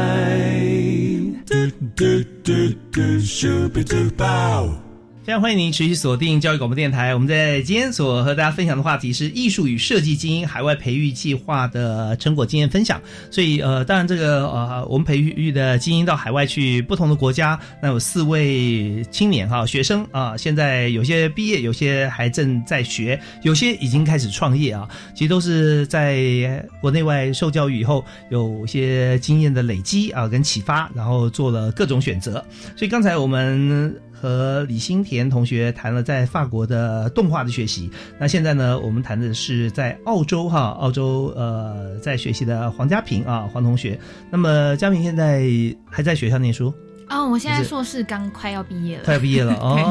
非常欢迎您持续锁定教育广播电台。我们在今天所和大家分享的话题是艺术与设计精英海外培育计划的成果经验分享。所以当然这个我们培育的精英到海外去不同的国家，那有4位青年学生现在有些毕业，有些还正在学，有些已经开始创业其实都是在国内外受教育以后有些经验的累积跟启发，然后做了各种选择。所以刚才我们和李新田同学谈了在法国的动画的学习，那现在呢我们谈的是在澳洲在学习的黄家平黄同学。那么家平现在还在学校念书？ 我现在硕士刚快要毕业了。 快要毕业了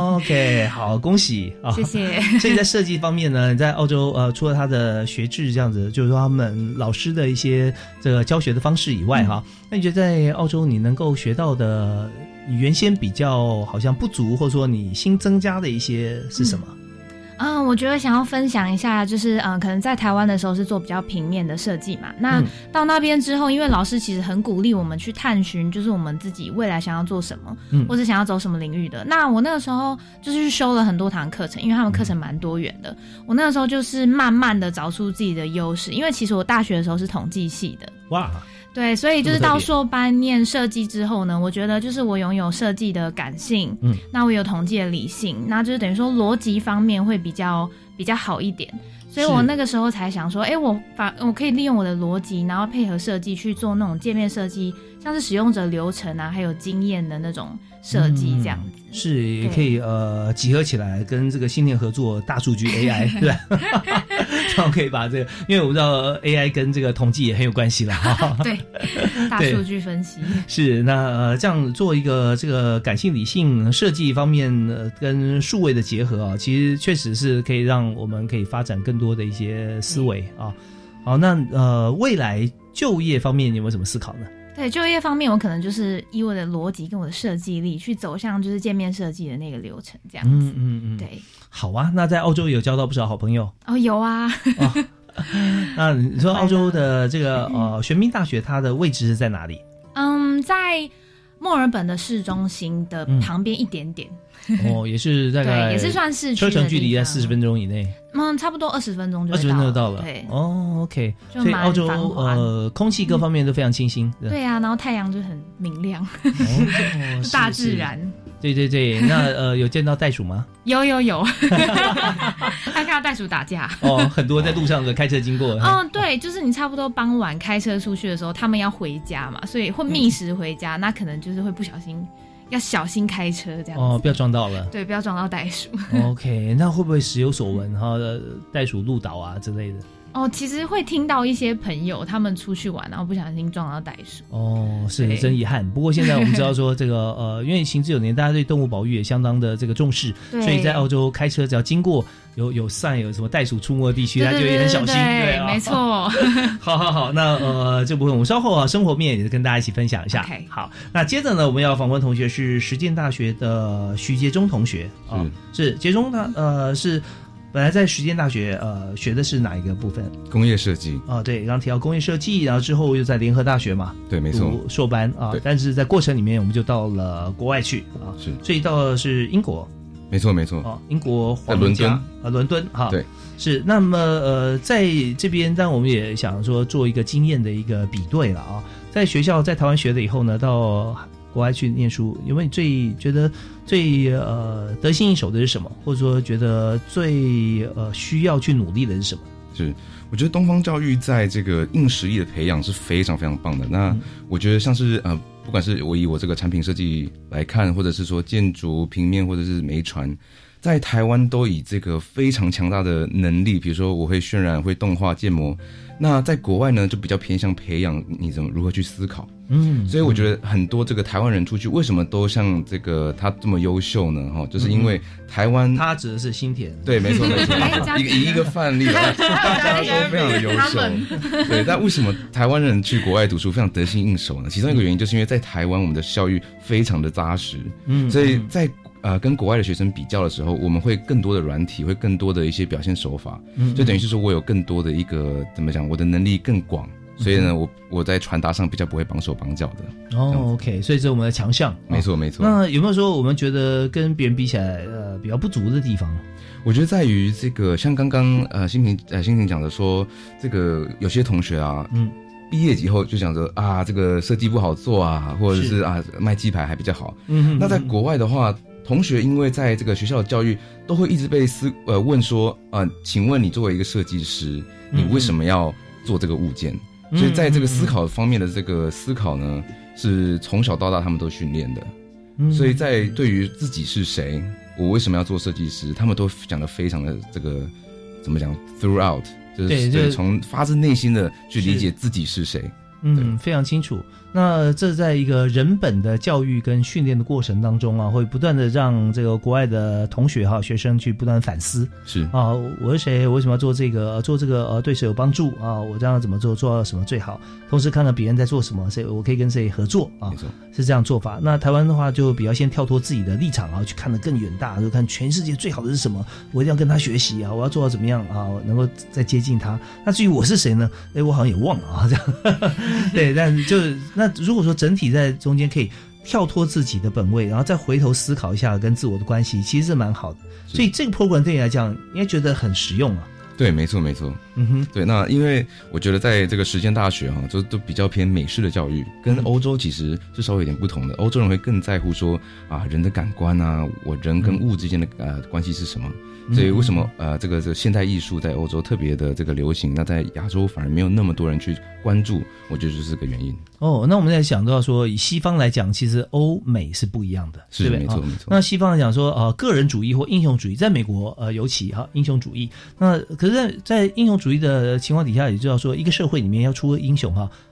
OK， 好，恭喜谢谢。 所以在设计方面呢，你在澳洲除了他的学制这样子，就是说他们老师的一些这个教学的方式以外那你觉得在澳洲你能够学到的，你原先比较好像不足，或者说你新增加的一些是什么？ 我觉得想要分享一下，就是可能在台湾的时候是做比较平面的设计嘛，那到那边之后，因为老师其实很鼓励我们去探寻，就是我们自己未来想要做什么，或者想要走什么领域的。那我那个时候就是去修了很多堂课程，因为他们课程蛮多元的。我那个时候就是慢慢的找出自己的优势，因为其实我大学的时候是统计系的。哇。对，所以就是到硕班念设计之后呢，我觉得就是我拥有设计的感性，那我有统计的理性，那就是等于说逻辑方面会比较好一点。所以我那个时候才想说，我可以利用我的逻辑，然后配合设计去做那种界面设计，像是使用者流程还有经验的那种设计这样子。 是，也可以集合起来跟这个新店合作大数据 AI 对吧？然后可以把这个，因为我们知道 AI 跟这个统计也很有关系啦对，大数据分析是。那这样做一个这个感性理性设计方面跟数位的结合其实确实是可以让我们可以发展更多的一些思维好，那未来就业方面你有没有什么思考呢？ 对，就业方面，我可能就是以我的逻辑跟我的设计力去走向就是界面设计的那个流程，这样子。对。 好啊，那在澳洲有交到不少好朋友哦，有啊。 那你说澳洲的这个玄彬大学，它的位置是在哪里？ 在墨尔本的市中心的旁边一点点。 也是大概也是算市区， 车程距离在40分钟以内。 差不多20分钟就 20分钟就到了。 对 ，OK。所以澳洲空气各方面都非常清新。 对啊，然后太阳就很明亮，大自然。 对，那有见到袋鼠吗？ 有，还看到袋鼠打架。 很多在路上的开车经过。 对，就是你差不多傍晚开车出去的时候，他们要回家嘛，所以会觅食回家，那可能就是会不小心。要小心开车，这样子不要撞到了。 对，不要撞到袋鼠。 OK， 那会不会时有所闻哈？袋鼠路倒啊之类的？ 其实会听到一些朋友他们出去玩，然后不小心撞到袋鼠。 是真遗憾。不过现在我们知道说这个因为行之有年，大家对动物保育也相当的这个重视，所以在澳洲开车只要经过有什么袋鼠出没的地区，他就也很小心。对， 没错。 好，那这部分我们稍后生活面也跟大家一起分享一下。 Okay. 好，那接着呢，我们要访问同学是实践大学的徐杰忠同学是杰忠，他是。本来在实践大学学的是哪一个部分？ 工业设计。 对，刚刚提到工业设计，然后之后又在联合大学嘛， 对，没错， 读硕班但是在过程里面我们就到了国外去是， 所以到的是英国。 没错英国皇家伦敦对， 是。那么在这边，当然我们也想说做一个经验的一个比对了在学校在台湾学了以后呢，到国外去念书，有没有你觉得最得心应手的是什么？或者说觉得最需要去努力的是什么？ 是，我觉得东方教育在这个硬实力的培养是非常非常棒的。那我觉得像是不管是我以我这个产品设计来看，或者是说建筑、平面或者是媒传，在台湾都以这个非常强大的能力，比如说我会渲染、会动画、建模。那在国外呢，就比较偏向培养你如何去思考。所以我觉得很多这个台湾人出去，为什么都像这个他这么优秀呢？就是因为台湾， 他指的是新田。 对，没错，以一个范例大家都非常的优秀。对，但为什么台湾人去国外读书非常得心应手呢？其中一个原因就是因为在台湾我们的教育非常的扎实，所以在跟国外的学生比较的时候，我们会更多的软体，会更多的一些表现手法，就等于是说我有更多的一个怎么讲，我的能力更广，所以呢，我在传达上比较不会绑手绑脚的。 OK， 所以这是我们的强项。 没错。 那有没有说我们觉得跟别人比起来，比较不足的地方？ 我觉得在于这个，像刚刚心情讲的说，这个有些同学毕业以后就想着这个设计不好做或者是卖鸡排还比较好。那在国外的话，同学因为在这个学校的教育都会一直被问说请问你作为一个设计师，你为什么要做这个物件？所以在这个思考方面的这个思考呢，是从小到大他们都训练的。所以在对于自己是谁，我为什么要做设计师，他们都讲得非常的这个怎么讲 throughout， 就是从发自内心的去理解自己是谁。 非常清楚。那这在一个人本的教育跟训练的过程当中会不断的让这个国外的同学学生去不断反思。 是我是谁？我为什么要做这个？做这个对谁有帮助我这样怎么做到什么最好？同时看到别人在做什么，我可以跟谁合作没错， 是这样做法。那台湾的话就比较先跳脱自己的立场去看得更远大，就看全世界最好的是什么，我一定要跟他学习我要做到怎么样能够再接近他。那至于我是谁呢？我好像也忘了这样。对，但就是那如果说整体在中间可以跳脱自己的本位，然后再回头思考一下跟自我的关系，其实是蛮好的。所以这个 program 对你来讲应该觉得很实用对，没错。对，那因为我觉得在这个实践大学都比较偏美式的教育，跟欧洲其实是稍微有点不同的。欧洲人会更在乎说人的感官我人跟物之间的关系是什么。所以为什么这个现代艺术在欧洲特别的这个流行，那在亚洲反而没有那么多人去关注，我觉得就是这个原因。 那我们在想到说，以西方来讲，其实欧美是不一样的， 是对不对？ 没错。 那西方来讲说个人主义或英雄主义，在美国尤其英雄主义。那可是在英雄主义的情况底下，也就要说一个社会里面要出英雄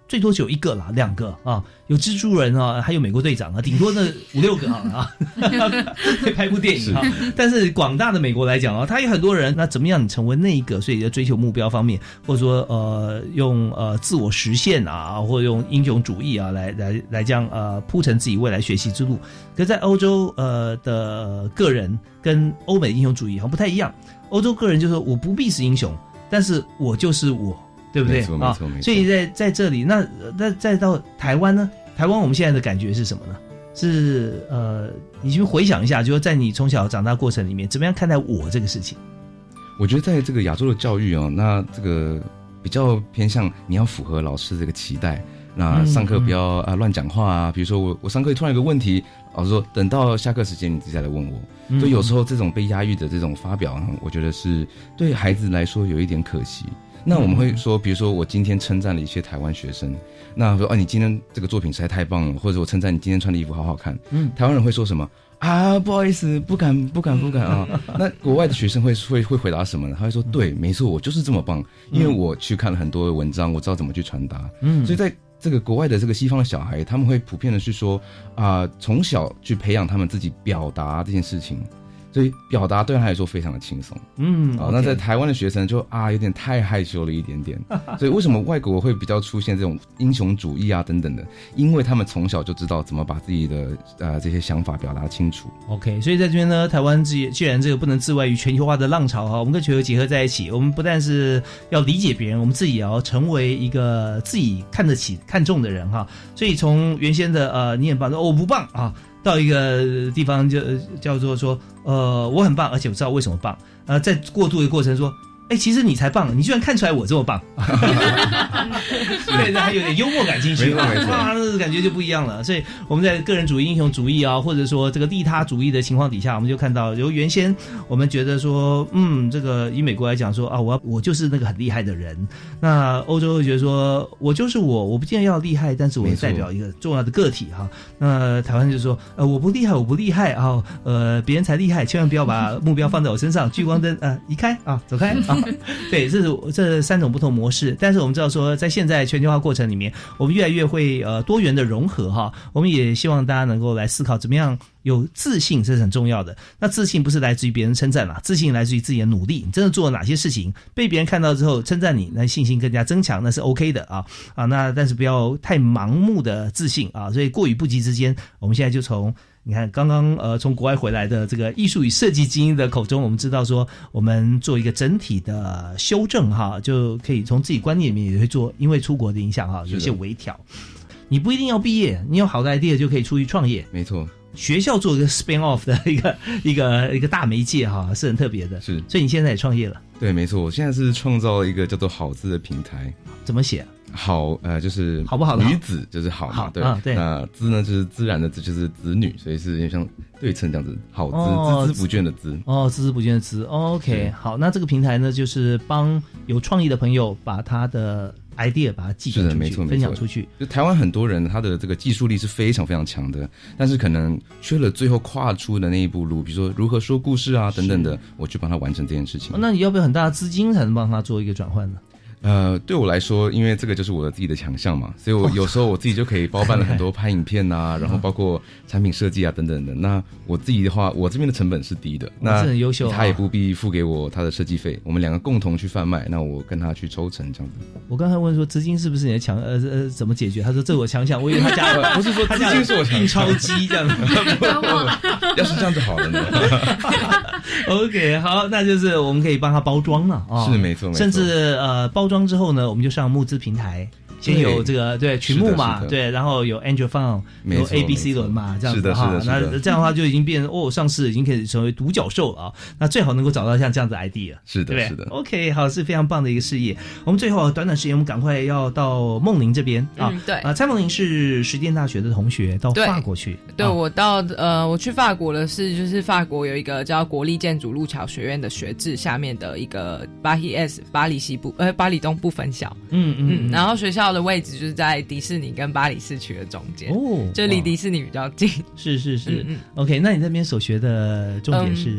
最多只有1个啦，2个啊，有蜘蛛人啊，还有美国队长啊，顶多那5-6个啊，可以拍部电影啊。但是广大的美国来讲啊，他有很多人，那怎么样你成为那一个？所以在追求目标方面，或者说用自我实现啊，或者用英雄主义啊来这样铺成自己未来学习之路。可是在欧洲的个人跟欧美的英雄主义好像不太一样。欧洲个人就说我不必是英雄，但是我就是我。对不对？ 没错没错。 所以在这里，那再到台湾呢？台湾我们现在的感觉是什么呢？是你去回想一下，就是在你从小长大过程里面，怎么样看待我这个事情？ 我觉得在这个亚洲的教育那这个比较偏向你要符合老师这个期待，那上课不要乱讲话啊。比如说我上课突然有个问题，老师说等到下课时间你自己再来问我。所以有时候这种被压抑的这种发表我觉得是对孩子来说有一点可惜。那我们会说，比如说我今天称赞了一些台湾学生，那说你今天这个作品实在太棒了，或者我称赞你今天穿的衣服好好看，台湾人会说什么啊？不好意思，不敢啊。那国外的学生会回答什么呢？他会说，对，没错，我就是这么棒，因为我去看了很多的文章，我知道怎么去传达。所以在这个国外的这个西方的小孩，他们会普遍的去说从小去培养他们自己表达这件事情。所以表达对他来说非常的轻松。那在台湾的学生就有点太害羞了一点点。所以为什么外国会比较出现这种英雄主义啊等等的？因为他们从小就知道怎么把自己的这些想法表达清楚。 OK， 所以在这边呢，台湾既然这个不能自外于全球化的浪潮我们跟全球结合在一起，我们不但是要理解别人，我们自己也要成为一个自己看得起、看重的人所以从原先的你很棒，我不棒到一个地方就叫做说我很棒，而且我知道为什么棒。在过渡的过程说，其实你才棒，你居然看出来我这么棒。对，还有点幽默感进去，那感觉就不一样了。所以我们在个人主义、英雄主义或者说这个利他主义的情况底下，我们就看到由原先我们觉得说这个以美国来讲说我就是那个很厉害的人，那欧洲会觉得说我就是我不见得要厉害，但是我代表一个重要的个体那台湾就说我不厉害别人才厉害，千万不要把目标放在我身上，聚光灯移开走开对，这3种不同模式。但是我们知道说在现在全球化过程里面，我们越来越会多元的融合我们也希望大家能够来思考怎么样有自信，这是很重要的。那自信不是来自于别人称赞啦，自信来自于自己的努力，你真的做了哪些事情被别人看到之后称赞你，那信心更加增强，那是 OK 的那但是不要太盲目的自信所以过与不及之间，我们现在就从你看刚刚从国外回来的这个艺术与设计精英的口中，我们知道说我们做一个整体的修正就可以从自己观念里面也会做，因为出国的影响有些微调。你不一定要毕业，你有好的 idea 就可以出去创业。 没错， 学校做一个 spin off 的一个大媒介是很特别的。是，所以你现在也创业了。 对，没错，我现在是创造了一个叫做好字的平台。 怎么写？ 好，就是好不好的女子就是好嘛，对对。 那资呢就是自然的资，就是子女，所以是有点像对称这样子，好资，孜孜不倦的资。孜孜不倦的资。OK， 好，那这个平台呢，就是帮有创意的朋友把他的 idea 把它寄出去， 没错， 分享出去。 就台湾很多人他的这个技术力是非常非常强的，但是可能缺了最后跨出的那一步路，比如说如何说故事等等的，我去帮他完成这件事情。 那你要不要很大的资金才能帮他做一个转换呢？ 对我来说，因为这个就是我自己的强项嘛，所以我有时候我自己就可以包办了很多拍影片然后包括产品设计等等的。那我自己的话，我这边的成本是低的，那很优秀， 他也不必付给我他的设计费，我们两个共同去贩卖，那我跟他去抽成这样子。 我刚才问说资金是不是你的强怎么解决？他说这我强项，我以为他家不是说资金是我强项， 印钞机这样子。 要是这样就好了呢。 OK， 好，那就是我们可以帮他包装了是没错， 甚至包装之后呢，我们就上募资平台。先有这个对群募嘛，对，然后有 Angel Fund， 有 ABC 轮嘛，这样子那这样的话就已经变上市，已经可以成为独角兽了那最好能够找到像这样子 idea， 是的， 对不对？ 是的。 OK， 好，是非常棒的一个事业。我们最后短短时间，我们赶快要到梦玲这边对蔡梦玲是实践大学的同学，到法国去。 对，我到我去法国的是就是法国有一个叫国立建筑路桥学院的学制下面的一个巴黎西部巴黎东部分校，然后学校的位置就是在迪士尼跟巴黎市区的中间就离迪士尼比较近。 是，OK， 那你那边所学的重点是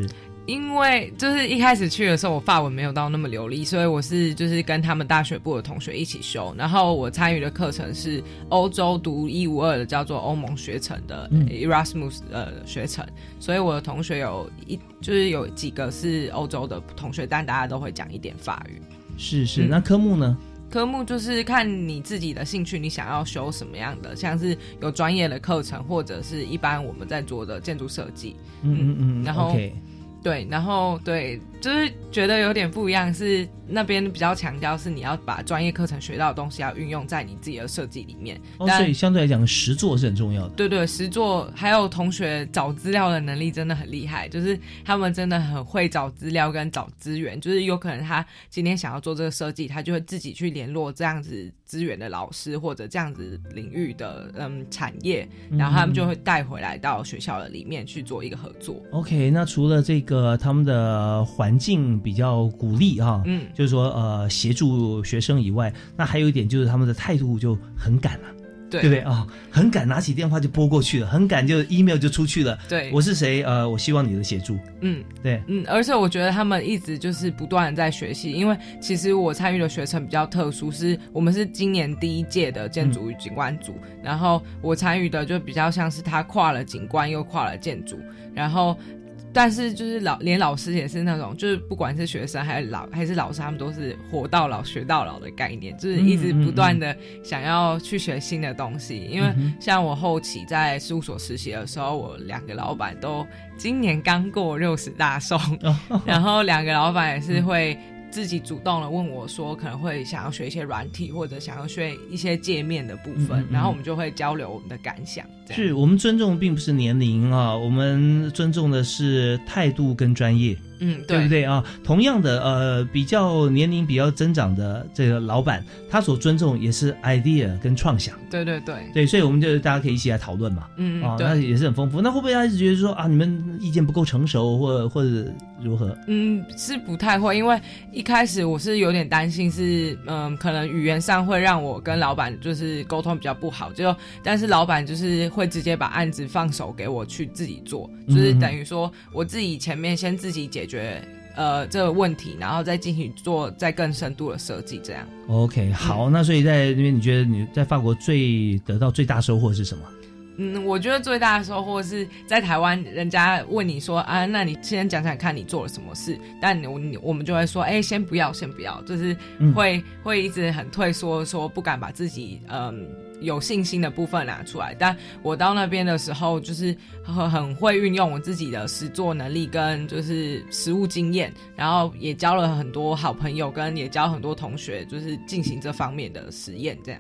因为就是一开始去的时候，我法文没有到那么流利，所以我是就是跟他们大学部的同学一起修，然后我参与的课程是欧洲独一无二的，叫做欧盟学程的 Erasmus 学程，所以我的同学就是有几个是欧洲的同学，但大家都会讲一点法语。 是，那科目呢？ 科目就是看你自己的兴趣，你想要修什么样的，像是有专业的课程，或者是一般我们在做的建筑设计。然后。Okay.对，然后对，就是觉得有点不一样，是那边比较强调是你要把专业课程学到的东西要运用在你自己的设计里面。 所以相对来讲，实作是很重要的。 对，实作还有同学找资料的能力真的很厉害，就是他们真的很会找资料跟找资源，就是有可能他今天想要做这个设计，他就会自己去联络这样子资源的老师或者这样子领域的产业，然后他们就会带回来到学校的里面去做一个合作。 OK， 那除了这个他们的环境比较鼓励哈，就是说协助学生以外，那还有一点就是他们的态度就很赶了。对不对啊？很赶，拿起电话就拨过去了，很赶就 email 就出去了。 对， 我是谁？我希望你的协助。对， 而且我觉得他们一直就是不断的在学习，因为其实我参与的学程比较特殊，是我们是今年第一届的建筑与景观组，然后我参与的就比较像是他跨了景观又跨了建筑，然后。但是就是连老师也是那种，就是不管是学生还是老师，他们都是活到老学到老的概念，就是一直不断的想要去学新的东西。因为像我后期在事务所实习的时候，我2个老板都今年刚过60大寿，然后2个老板也是会自己主动的问我说可能会想要学一些软体或者想要学一些界面的部分，然后我们就会交流我们的感想。 是我们尊重并不是年龄啊，我们尊重的是态度跟专业。对不对啊？同样的比较年龄比较增长的这个老板，他所尊重也是 idea 跟创想。对，所以我们就大家可以一起来讨论嘛。那也是很丰富。那会不会他一直觉得说啊，你们意见不够成熟，或者如何？ 是不太会，因为一开始我是有点担心是可能语言上会让我跟老板就是沟通比较不好，但是老板就是会直接把案子放手给我去自己做，就是等于说我自己前面先自己解决这个问题，然后再进行做再更深度的设计，这样。 OK， 好，那所以在那边你觉得你在法国得到最大收获是什么？ 我觉得最大的收获是在台湾，人家问你说啊，那你先讲讲看你做了什么事，但我们就会说，先不要，就是会一直很退缩，说不敢把自己有信心的部分拿出来。但我到那边的时候，就是很会运用我自己的实作能力跟就是实务经验，然后也交了很多好朋友，跟也教很多同学，就是进行这方面的实验，这样。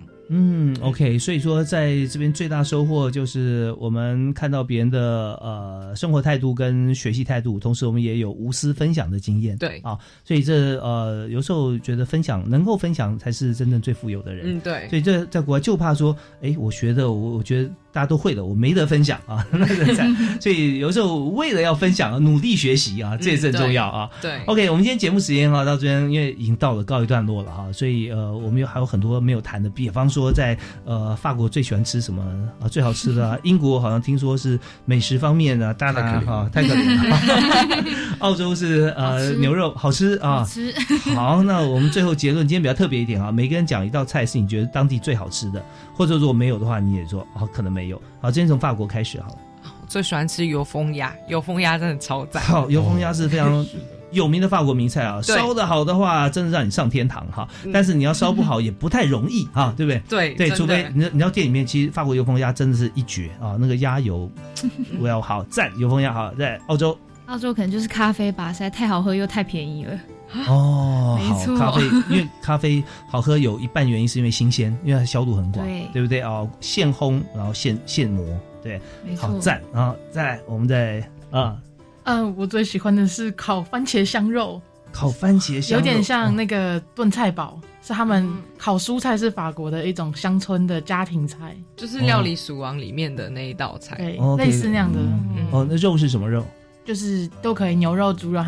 OK， 所以说在这边最大收获就是我们看到别人的生活态度跟学习态度，同时我们也有无私分享的经验。 对啊， 所以这有时候觉得能够分享才是真正最富有的人。 对， 所以这在国外就怕说，我学的我觉得大家都会的，我没得分享啊，那所以有时候为了要分享，努力学习啊，这也是很重要啊。 对 ，OK， 我们今天节目时间到这边，因为已经告一段落了哈，所以我们还有很多没有谈的，比方说在法国最喜欢吃什么啊？最好吃的啊，英国好像听说是美食方面啊，太可怜了。澳洲是牛肉好吃啊， 好吃。 好，那我们最后结论，今天比较特别一点啊，每个人讲一道菜是你觉得当地最好吃的，或者如果没有的话，你也说可能没有。好，今天从法国开始好了。 我最喜欢吃油封鸭，油封鸭真的超赞。 好，油封鸭是非常有名的法国名菜啊，烧得好的话，真的让你上天堂哈。但是你要烧不好也不太容易哈，对不对？对，除非你知道店里面，其实法国油封鸭真的是一绝啊，那个鸭油，我要好赞，油封鸭好。在澳洲可能就是咖啡吧，实在太好喝又太便宜了。 好，咖啡，因为咖啡好喝有一半原因是因为新鲜，因为它消毒很广，对不对啊？现烘然后现磨，对，好赞。然后再来，我们我最喜欢的是烤番茄香肉， 有点像那个炖菜堡，是他们烤蔬菜是法国的一种乡村的家庭菜， 就是料理鼠王里面的那一道菜， 对，类似那样的。 那肉是什么肉？ 就是都可以，牛肉、猪肉，他们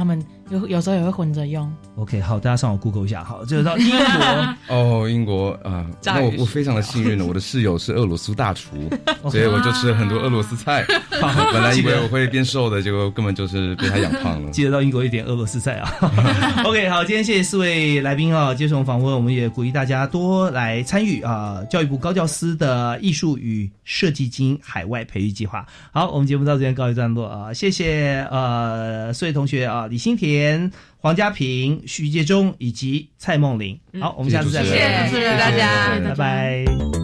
有时候也会混着用。 OK， 好，大家上网 Google 一下。好，这个到英国哦，英国啊，那我非常的幸运了，我的室友是俄罗斯大厨，所以我就吃了很多俄罗斯菜。本来以为我会变瘦的，结果根本就是被他养胖了。 记得到英国一点俄罗斯菜啊。OK， 好，今天谢谢4位来宾啊，接受访问，我们也鼓励大家多来参与啊，教育部高教司的艺术与设计金海外培育计划。好，我们节目到这边告一段落啊，谢谢4位同学啊，李新田、黄家平、徐杰忠以及蔡梦玲。好，我们下次再会， 谢谢大家， 拜拜。